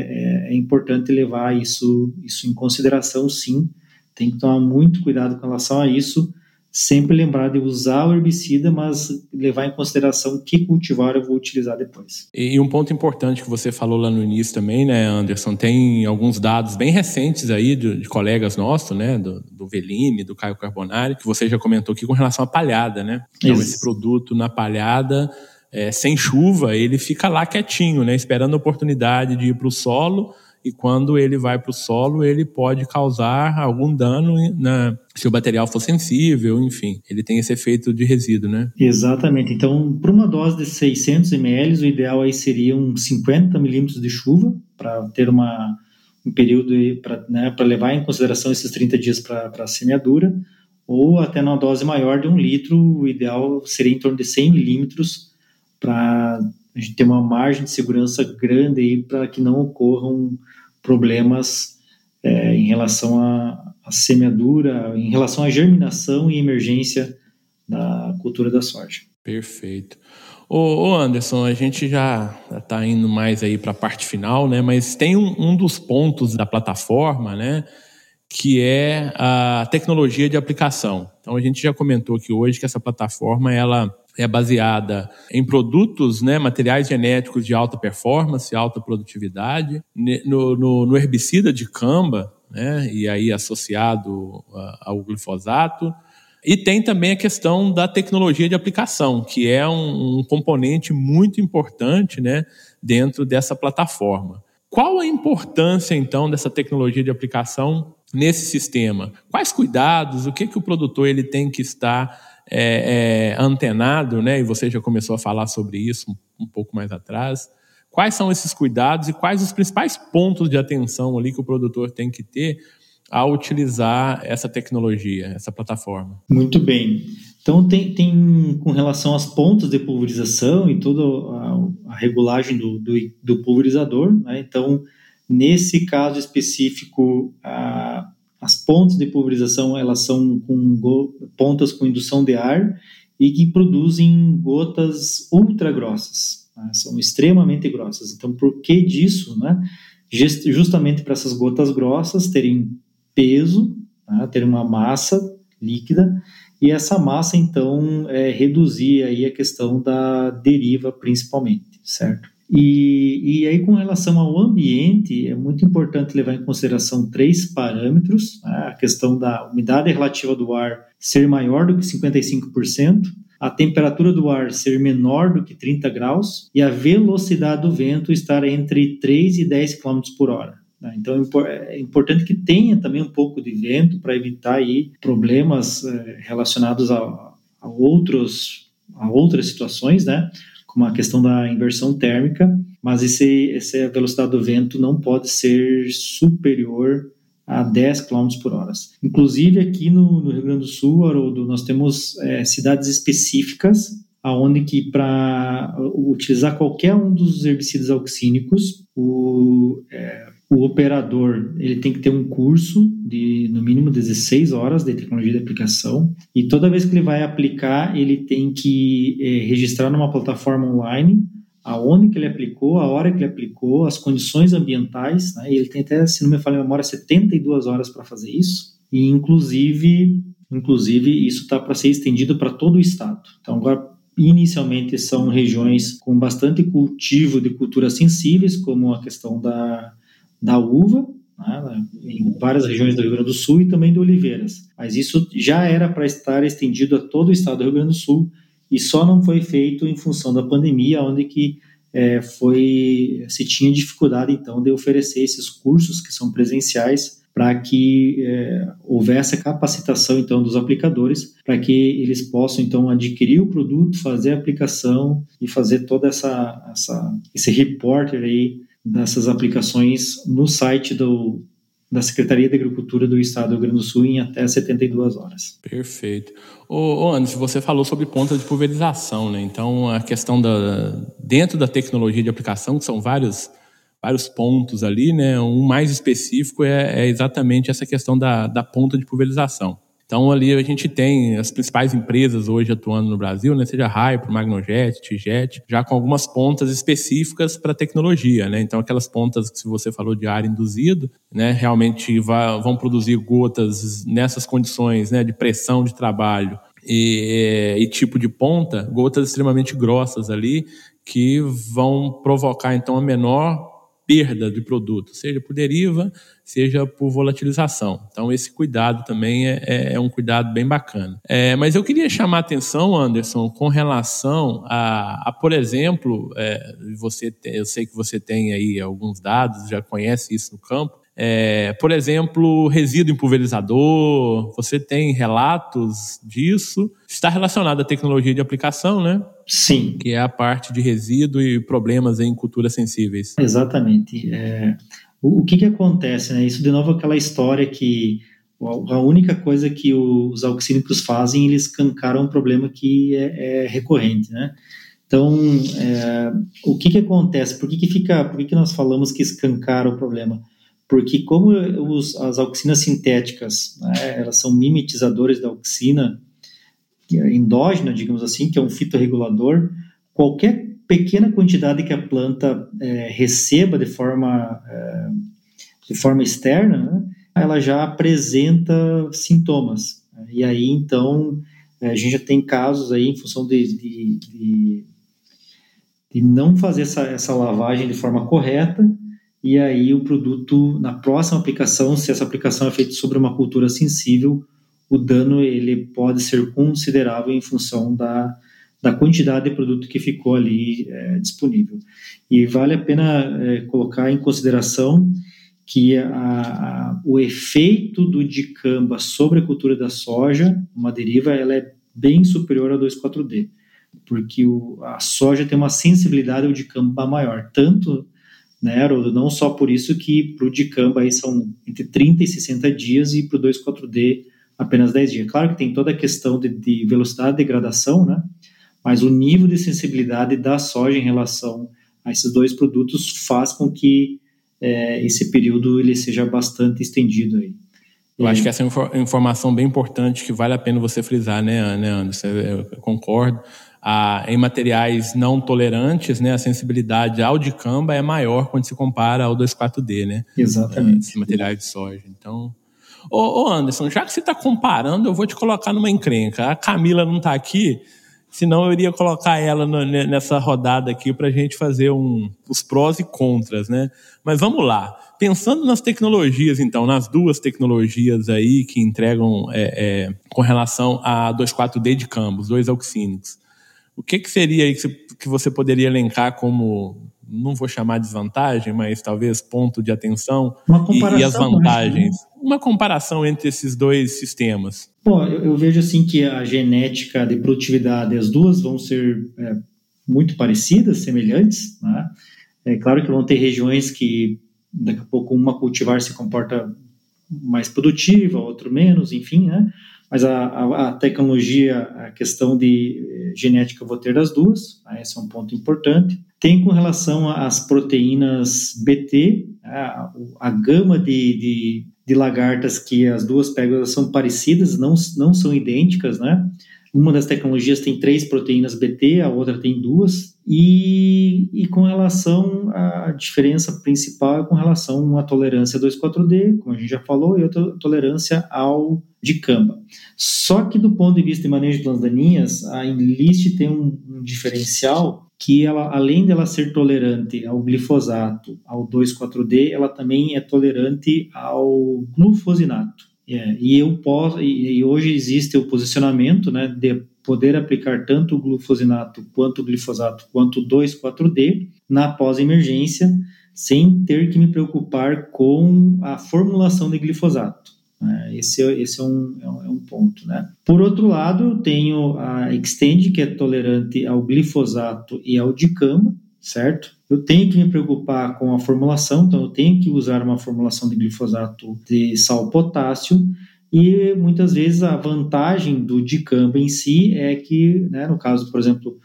é importante levar isso em consideração, sim. Tem que tomar muito cuidado com relação a isso, sempre lembrar de usar o herbicida, mas levar em consideração que cultivar eu vou utilizar depois. E um ponto importante que você falou lá no início também, né, Anderson, tem alguns dados bem recentes aí de colegas nossos, né, do Veline, do Caio Carbonari, que você já comentou aqui com relação à palhada, né? Então, esse produto na palhada, sem chuva, ele fica lá quietinho, né, esperando a oportunidade de ir para o solo, e quando ele vai para o solo, ele pode causar algum dano se o material for sensível, enfim. Ele tem esse efeito de resíduo, né? Exatamente. Então, para uma dose de 600 ml, o ideal aí seria uns 50 milímetros de chuva, para ter um período para levar em consideração esses 30 dias para a semeadura, ou até numa dose maior de 1 litro, o ideal seria em torno de 100 milímetros, para a gente ter uma margem de segurança grande aí para que não ocorram problemas em relação à semeadura, em relação à germinação e emergência da cultura da soja. Perfeito. Ô Anderson, a gente já está indo mais aí para a parte final, né? Mas tem um dos pontos da plataforma, né? Que é a tecnologia de aplicação. Então, a gente já comentou aqui hoje que essa plataforma, ela é baseada em produtos, né, materiais genéticos de alta performance, alta produtividade, no herbicida de camba, né, e aí associado ao glifosato. E tem também a questão da tecnologia de aplicação, que é um componente muito importante, né, dentro dessa plataforma. Qual a importância, então, dessa tecnologia de aplicação nesse sistema? Quais cuidados, o que o produtor ele tem que estar antenado, né? E você já começou a falar sobre isso um pouco mais atrás. Quais são esses cuidados e quais os principais pontos de atenção ali que o produtor tem que ter ao utilizar essa tecnologia, essa plataforma? Muito bem. Então, tem com relação aos pontos de pulverização e toda a regulagem do pulverizador, né? Então, nesse caso específico, as pontas de pulverização, elas são com pontas com indução de ar e que produzem gotas ultra grossas, né? São extremamente grossas. Então, por que disso, né? Justamente para essas gotas grossas terem peso, né? Ter uma massa líquida, e essa massa, então, reduzir aí a questão da deriva, principalmente, certo? E aí, com relação ao ambiente, é muito importante levar em consideração 3 parâmetros, né? A questão da umidade relativa do ar ser maior do que 55%, a temperatura do ar ser menor do que 30 graus e a velocidade do vento estar entre 3 e 10 km por hora. Então, é importante que tenha também um pouco de vento para evitar aí problemas relacionados a outras situações, né? Como a questão da inversão térmica, mas essa velocidade do vento não pode ser superior a 10 km por hora. Inclusive, aqui no Rio Grande do Sul, Haroldo, nós temos cidades específicas onde que para utilizar qualquer um dos herbicidas auxínicos, o operador ele tem que ter um curso de, no mínimo, 16 horas de tecnologia de aplicação, e toda vez que ele vai aplicar, ele tem que registrar numa plataforma online aonde que ele aplicou, a hora que ele aplicou, as condições ambientais, né? Ele tem até, se não me falha a memória, 72 horas para fazer isso, e inclusive isso está para ser estendido para todo o estado. Então, agora, inicialmente são regiões com bastante cultivo de culturas sensíveis, como a questão da uva, né, em várias regiões do Rio Grande do Sul, e também de oliveiras. Mas isso já era para estar estendido a todo o estado do Rio Grande do Sul, e só não foi feito em função da pandemia, onde que se tinha dificuldade, então, de oferecer esses cursos que são presenciais, para que houvesse a capacitação, então, dos aplicadores, para que eles possam, então, adquirir o produto, fazer a aplicação e fazer toda esse repórter aí dessas aplicações no site da Secretaria de Agricultura do Estado do Rio Grande do Sul em até 72 horas. Perfeito. Anderson, você falou sobre ponta de pulverização, né? Então, a questão dentro da tecnologia de aplicação, que são vários pontos ali, né? Um mais específico é exatamente essa questão da ponta de pulverização. Então, ali a gente tem as principais empresas hoje atuando no Brasil, né? Seja Hypro, Magnojet, Tijet, já com algumas pontas específicas para tecnologia, né? Então, aquelas pontas que você falou de ar induzido, né? Realmente vão produzir gotas nessas condições, né? De pressão de trabalho e tipo de ponta, gotas extremamente grossas ali, que vão provocar, então, a menor perda de produto, seja por deriva, seja por volatilização. Então, esse cuidado também é um cuidado bem bacana. Mas eu queria chamar a atenção, Anderson, com relação a por exemplo, eu sei que você tem aí alguns dados, já conhece isso no campo, por exemplo, resíduo em pulverizador, você tem relatos disso? Está relacionado à tecnologia de aplicação, né? Sim. Que é a parte de resíduo e problemas em culturas sensíveis. Exatamente. O que acontece, né? Isso, de novo, é aquela história que a única coisa que os auxínicos fazem, eles escancaram um problema que é recorrente, né? Então, o que acontece? Por que nós falamos que escancaram o problema? Porque como as auxinas sintéticas, né, elas são mimetizadores da auxina endógena, digamos assim, que é um fitorregulador, qualquer pequena quantidade que a planta receba de forma externa, né, ela já apresenta sintomas. E aí, então, A gente já tem casos aí em função de não fazer essa lavagem de forma correta, e aí o produto, na próxima aplicação, se essa aplicação é feita sobre uma cultura sensível, o dano ele pode ser considerável em função da quantidade de produto que ficou ali disponível. E vale a pena colocar em consideração que o efeito do dicamba sobre a cultura da soja, uma deriva, ela é bem superior ao 2,4-D, porque a soja tem uma sensibilidade ao dicamba maior, tanto, né, Haroldo, não só por isso que para o dicamba aí são entre 30 e 60 dias e para o 2,4-D apenas 10 dias. Claro que tem toda a questão de velocidade de degradação, né, mas o nível de sensibilidade da soja em relação a esses dois produtos faz com que esse período ele seja bastante estendido aí. Eu acho que essa é uma informação bem importante que vale a pena você frisar, né, Anderson? Eu concordo. Em materiais não tolerantes, né, a sensibilidade ao dicamba é maior quando se compara ao 2,4-D, né? Exatamente. Materiais de soja. Então, Anderson, já que você está comparando, eu vou te colocar numa encrenca. A Camila não está aqui, senão eu iria colocar ela nessa rodada aqui para a gente fazer os prós e contras, né? Mas vamos lá. Pensando nas tecnologias, então, nas duas tecnologias aí que entregam com relação a 2,4-D de campo, os dois auxínicos, o que seria aí que você poderia elencar como, não vou chamar de desvantagem, mas talvez ponto de atenção e as vantagens? Uma comparação entre esses dois sistemas. Bom, eu vejo assim que a genética de produtividade, as duas vão ser muito parecidas, semelhantes, né? É claro que vão ter regiões que daqui a pouco uma cultivar se comporta mais produtiva, outra menos, enfim, né? Mas a tecnologia, a questão de genética, eu vou ter das duas, né? Esse é um ponto importante. Tem com relação às proteínas BT, a gama de lagartas que as duas pegam são parecidas, não são idênticas, né? Uma das tecnologias tem 3 proteínas BT, a outra tem 2, e com relação à diferença principal é com relação à tolerância 2,4-D, como a gente já falou, e outra tolerância ao dicamba. Só que do ponto de vista de manejo de plantas daninhas, a Enlist tem um diferencial que ela, além dela ser tolerante ao glifosato, ao 2,4-D, ela também é tolerante ao glufosinato. E hoje existe o posicionamento, né, de poder aplicar tanto o glufosinato quanto o glifosato quanto o 2,4-D na pós-emergência, sem ter que me preocupar com a formulação de glifosato. Esse é um ponto, né? Por outro lado, eu tenho a Xtend, que é tolerante ao glifosato e ao dicamba, certo? Eu tenho que me preocupar com a formulação, então eu tenho que usar uma formulação de glifosato de sal-potássio, e muitas vezes a vantagem do dicamba em si é que, né, no caso, por exemplo,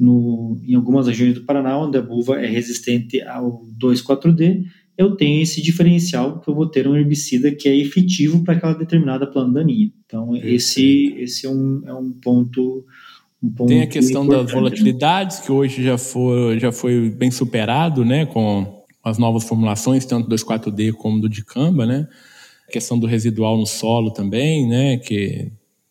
em algumas regiões do Paraná, onde a buva é resistente ao 2,4-D, eu tenho esse diferencial que eu vou ter um herbicida que é efetivo para aquela determinada planta daninha. Então, esse é um ponto. Tem a questão das volatilidades, que hoje já foi bem superado, né, com as novas formulações, tanto do 2,4-D como do dicamba, né? A questão do residual no solo também, né, que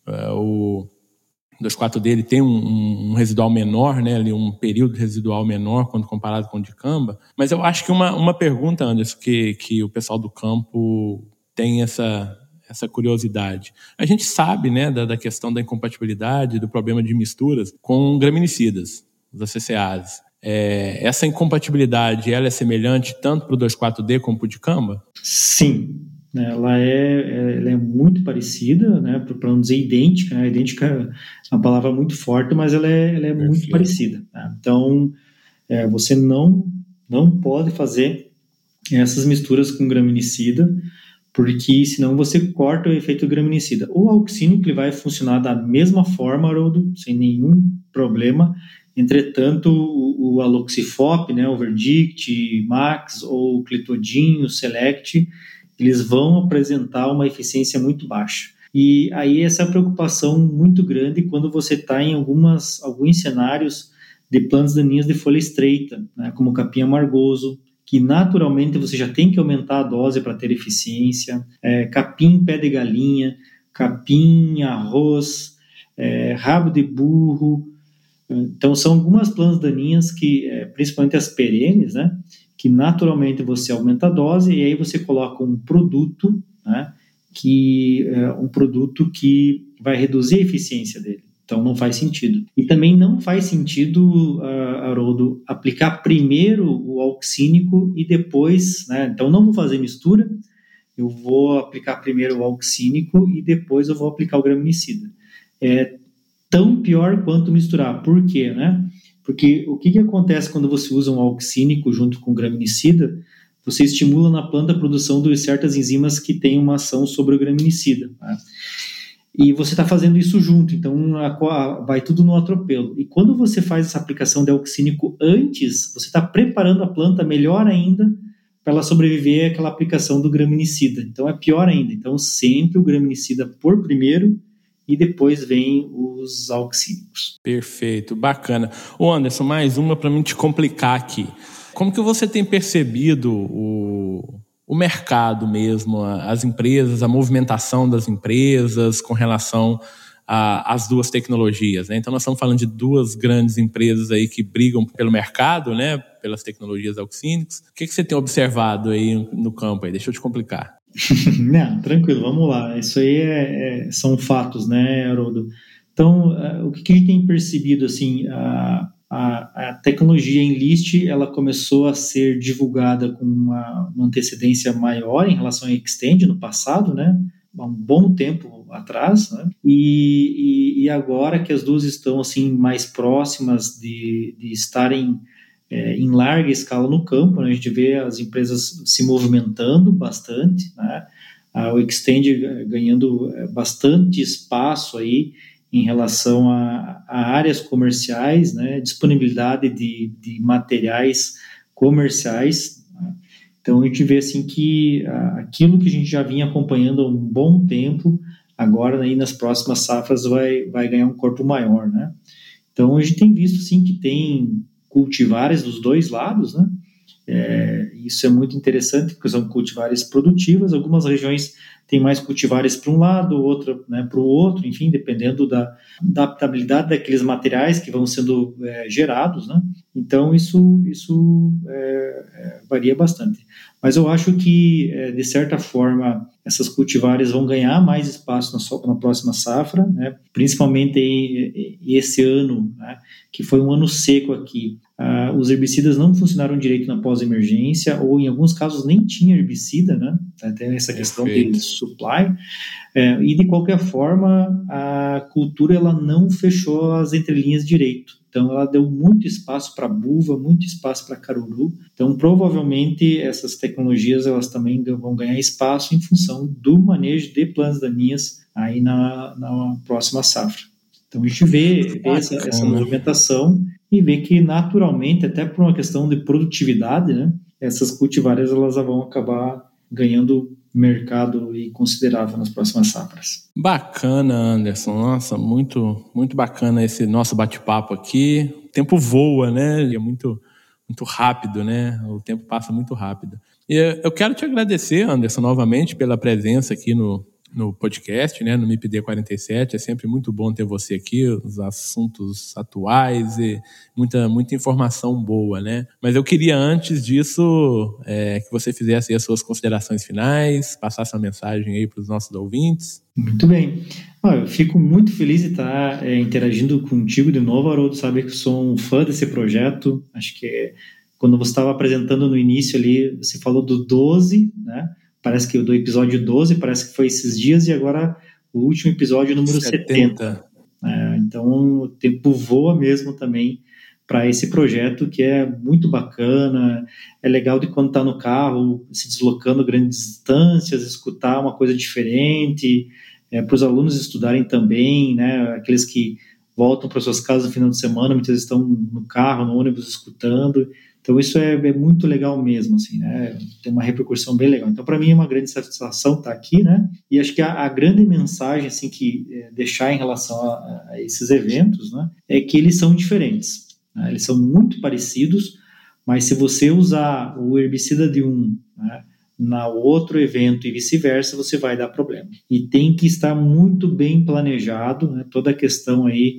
o 2,4-D ele tem um residual menor, né, ali um período residual menor quando comparado com o dicamba. Mas eu acho que uma pergunta, Anderson, que o pessoal do campo tem essa curiosidade. A gente sabe, né, da questão da incompatibilidade, do problema de misturas com graminicidas, os ACCAs. Essa incompatibilidade, ela é semelhante tanto para o 2,4-D como para o dicamba? Sim, ela é muito parecida, né, para não dizer idêntica, né? Idêntica é uma palavra muito forte, mas ela é muito parecida. Tá? Então, você não pode fazer essas misturas com graminicida, porque senão você corta o efeito graminicida. O auxínico ele vai funcionar da mesma forma, Haroldo, sem nenhum problema. Entretanto, o aloxifop, né, o Verdict, Max, ou o Clitodin, o Select, eles vão apresentar uma eficiência muito baixa. E aí essa é a preocupação muito grande quando você está em alguns cenários de plantas daninhas de folha estreita, né, como capim amargoso, que naturalmente você já tem que aumentar a dose para ter eficiência, capim pé de galinha, capim arroz, rabo de burro. Então, são algumas plantas daninhas que, principalmente as perenes, né, que naturalmente você aumenta a dose e aí você coloca um produto, né, um produto que vai reduzir a eficiência dele. Então, não faz sentido. E também não faz sentido, Haroldo, aplicar primeiro o auxínico e depois, né? Então, não vou fazer mistura, eu vou aplicar primeiro o auxínico e depois eu vou aplicar o graminicida. É tão pior quanto misturar. Por quê, né? Porque o que acontece quando você usa um auxínico junto com o graminicida? Você estimula na planta a produção de certas enzimas que têm uma ação sobre o graminicida, né? E você está fazendo isso junto, então vai tudo no atropelo. E quando você faz essa aplicação de auxínico antes, você está preparando a planta melhor ainda para ela sobreviver àquela aplicação do graminicida. Então é pior ainda. Então sempre o graminicida por primeiro e depois vem os auxínicos. Perfeito, bacana. Ô Anderson, mais uma para mim te complicar aqui. Como que você tem percebido o mercado mesmo, as empresas, a movimentação das empresas com relação às duas tecnologias, né? Então nós estamos falando de duas grandes empresas aí que brigam pelo mercado, né? Pelas tecnologias auxínicos. O que você tem observado aí no campo aí? Deixa eu te complicar. Não, tranquilo, vamos lá. Isso aí são fatos, né, Haroldo? Então, o que a gente tem percebido, assim, a tecnologia Enlist, ela começou a ser divulgada com uma antecedência maior em relação a Xtend no passado, né? Há um bom tempo atrás, né? E agora que as duas estão assim mais próximas de estarem em larga escala no campo, né? A gente vê as empresas se movimentando bastante, né? O Xtend ganhando bastante espaço aí em relação a áreas comerciais, né, disponibilidade de materiais comerciais. Né? Então, a gente vê assim, que aquilo que a gente já vinha acompanhando há um bom tempo, agora aí nas próximas safras vai ganhar um corpo maior. Né? Então, a gente tem visto assim, que tem cultivares dos dois lados, né? Isso é muito interessante, porque são cultivares produtivas. Algumas regiões têm mais cultivares para um lado, outra, né, para o outro, enfim, dependendo da adaptabilidade daqueles materiais que vão sendo gerados, né? Então, isso varia bastante. Mas eu acho que, de certa forma, essas cultivares vão ganhar mais espaço na próxima safra, né? Principalmente esse ano, né, que foi um ano seco aqui. Os herbicidas não funcionaram direito na pós-emergência, ou em alguns casos nem tinha herbicida, né? Tem essa questão de supply. E de qualquer forma, a cultura ela não fechou as entrelinhas direito. Então, ela deu muito espaço para buva, muito espaço para caruru. Então, provavelmente, essas tecnologias elas também vão ganhar espaço em função do manejo de plantas daninhas aí na próxima safra. Então, a gente vê essa movimentação e vê que, naturalmente, até por uma questão de produtividade, né, essas cultivares elas vão acabar ganhando mercado e considerável nas próximas safras. Bacana, Anderson. Nossa, muito, muito bacana esse nosso bate-papo aqui. O tempo voa, né? É muito, muito rápido, né? O tempo passa muito rápido. E eu quero te agradecer, Anderson, novamente pela presença aqui no podcast, né, no MIPD 47, é sempre muito bom ter você aqui, os assuntos atuais e muita informação boa, né? Mas eu queria, antes disso, que você fizesse aí as suas considerações finais, passasse uma mensagem aí para os nossos ouvintes. Muito bem. Eu fico muito feliz de estar interagindo contigo de novo, Haroldo, sabe que eu sou um fã desse projeto, acho que quando você estava apresentando no início ali, você falou do 12, né? Parece que do episódio 12, parece que foi esses dias, e agora o último episódio, número 70. Então, o tempo voa mesmo também para esse projeto, que é muito bacana. É legal de quando está no carro, se deslocando grandes distâncias, escutar uma coisa diferente, para os alunos estudarem também, né? Aqueles que voltam para suas casas no final de semana, muitas vezes estão no carro, no ônibus, escutando. Então, isso é muito legal mesmo, assim, né? Tem uma repercussão bem legal. Então, para mim, é uma grande satisfação estar aqui, né? E acho que a grande mensagem, assim, que deixar em relação a esses eventos, né, é que eles são diferentes. Né? Eles são muito parecidos, mas se você usar o herbicida de um, né, na outro evento e vice-versa, você vai dar problema. E tem que estar muito bem planejado, né, toda a questão aí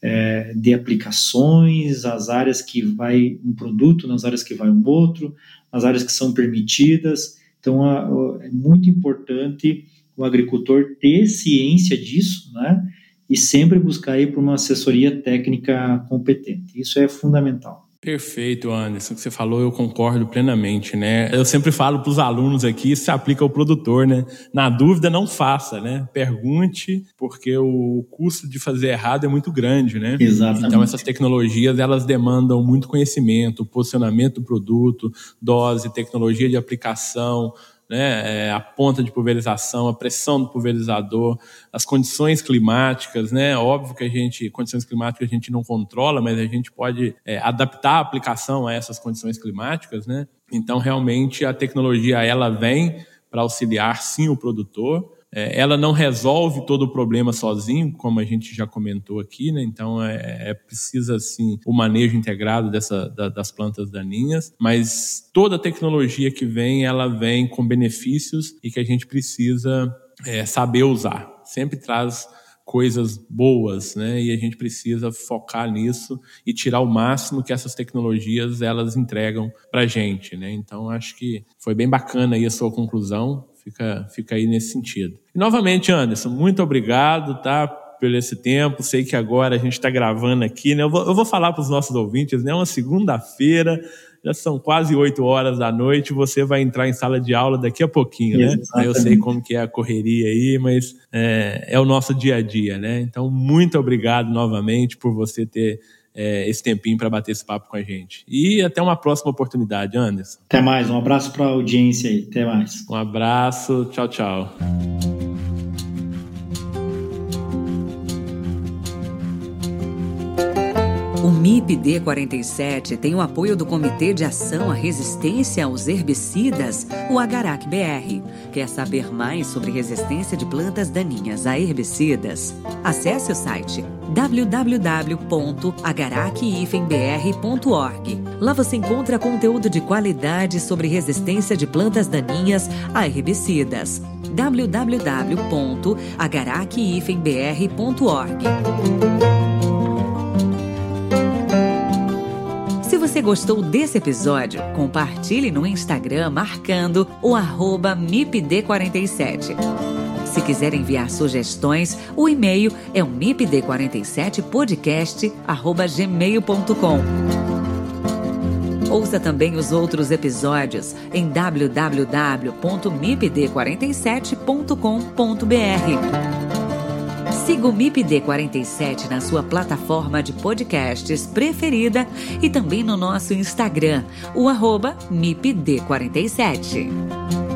de aplicações, as áreas que vai um produto, nas áreas que vai um outro, as áreas que são permitidas. Então, é muito importante o agricultor ter ciência disso, né, e sempre buscar ir para uma assessoria técnica competente. Isso é fundamental. Perfeito, Anderson. O que você falou, eu concordo plenamente, né? Eu sempre falo para os alunos aqui, isso se aplica ao produtor, né? Na dúvida, não faça, né? Pergunte, porque o custo de fazer errado é muito grande, né? Exatamente. Então, essas tecnologias, elas demandam muito conhecimento, posicionamento do produto, dose, tecnologia de aplicação, né, a ponta de pulverização, a pressão do pulverizador, as condições climáticas, né? Óbvio que condições climáticas a gente não controla, mas a gente pode adaptar a aplicação a essas condições climáticas, né? Então, realmente, a tecnologia ela vem para auxiliar, sim, o produtor. Ela não resolve todo o problema sozinho, como a gente já comentou aqui, né? Então precisa sim o manejo integrado das plantas daninhas, mas toda a tecnologia que vem, ela vem com benefícios e que a gente precisa saber usar. Sempre traz coisas boas, né? E a gente precisa focar nisso e tirar o máximo que essas tecnologias elas entregam para a gente, né? Então acho que foi bem bacana aí a sua conclusão. Fica aí nesse sentido. E, novamente, Anderson, muito obrigado, tá, por esse tempo. Sei que agora a gente está gravando aqui, né? Eu vou falar para os nossos ouvintes, né? Uma segunda-feira, já são quase 8 horas da noite, você vai entrar em sala de aula daqui a pouquinho, né? Exatamente. Eu sei como que é a correria aí, mas é o nosso dia a dia, né? Então, muito obrigado novamente por você ter esse tempinho para bater esse papo com a gente. E até uma próxima oportunidade, Anderson. Até mais, um abraço para a audiência aí, até mais. Um abraço, tchau, tchau. O MIP-D 47 tem o apoio do Comitê de Ação à Resistência aos Herbicidas, o Agarac-BR. Quer saber mais sobre resistência de plantas daninhas a herbicidas? Acesse o site www.agarac-br.org. Lá você encontra conteúdo de qualidade sobre resistência de plantas daninhas a herbicidas. www.agarac-br.org. Se você gostou desse episódio, compartilhe no Instagram marcando o @MIPD47. Se quiser enviar sugestões, o e-mail é o mipd47podcast@gmail.com. Ouça também os outros episódios em www.mipd47.com.br. Siga o MIP-D 47 na sua plataforma de podcasts preferida e também no nosso Instagram, o @MIPD47.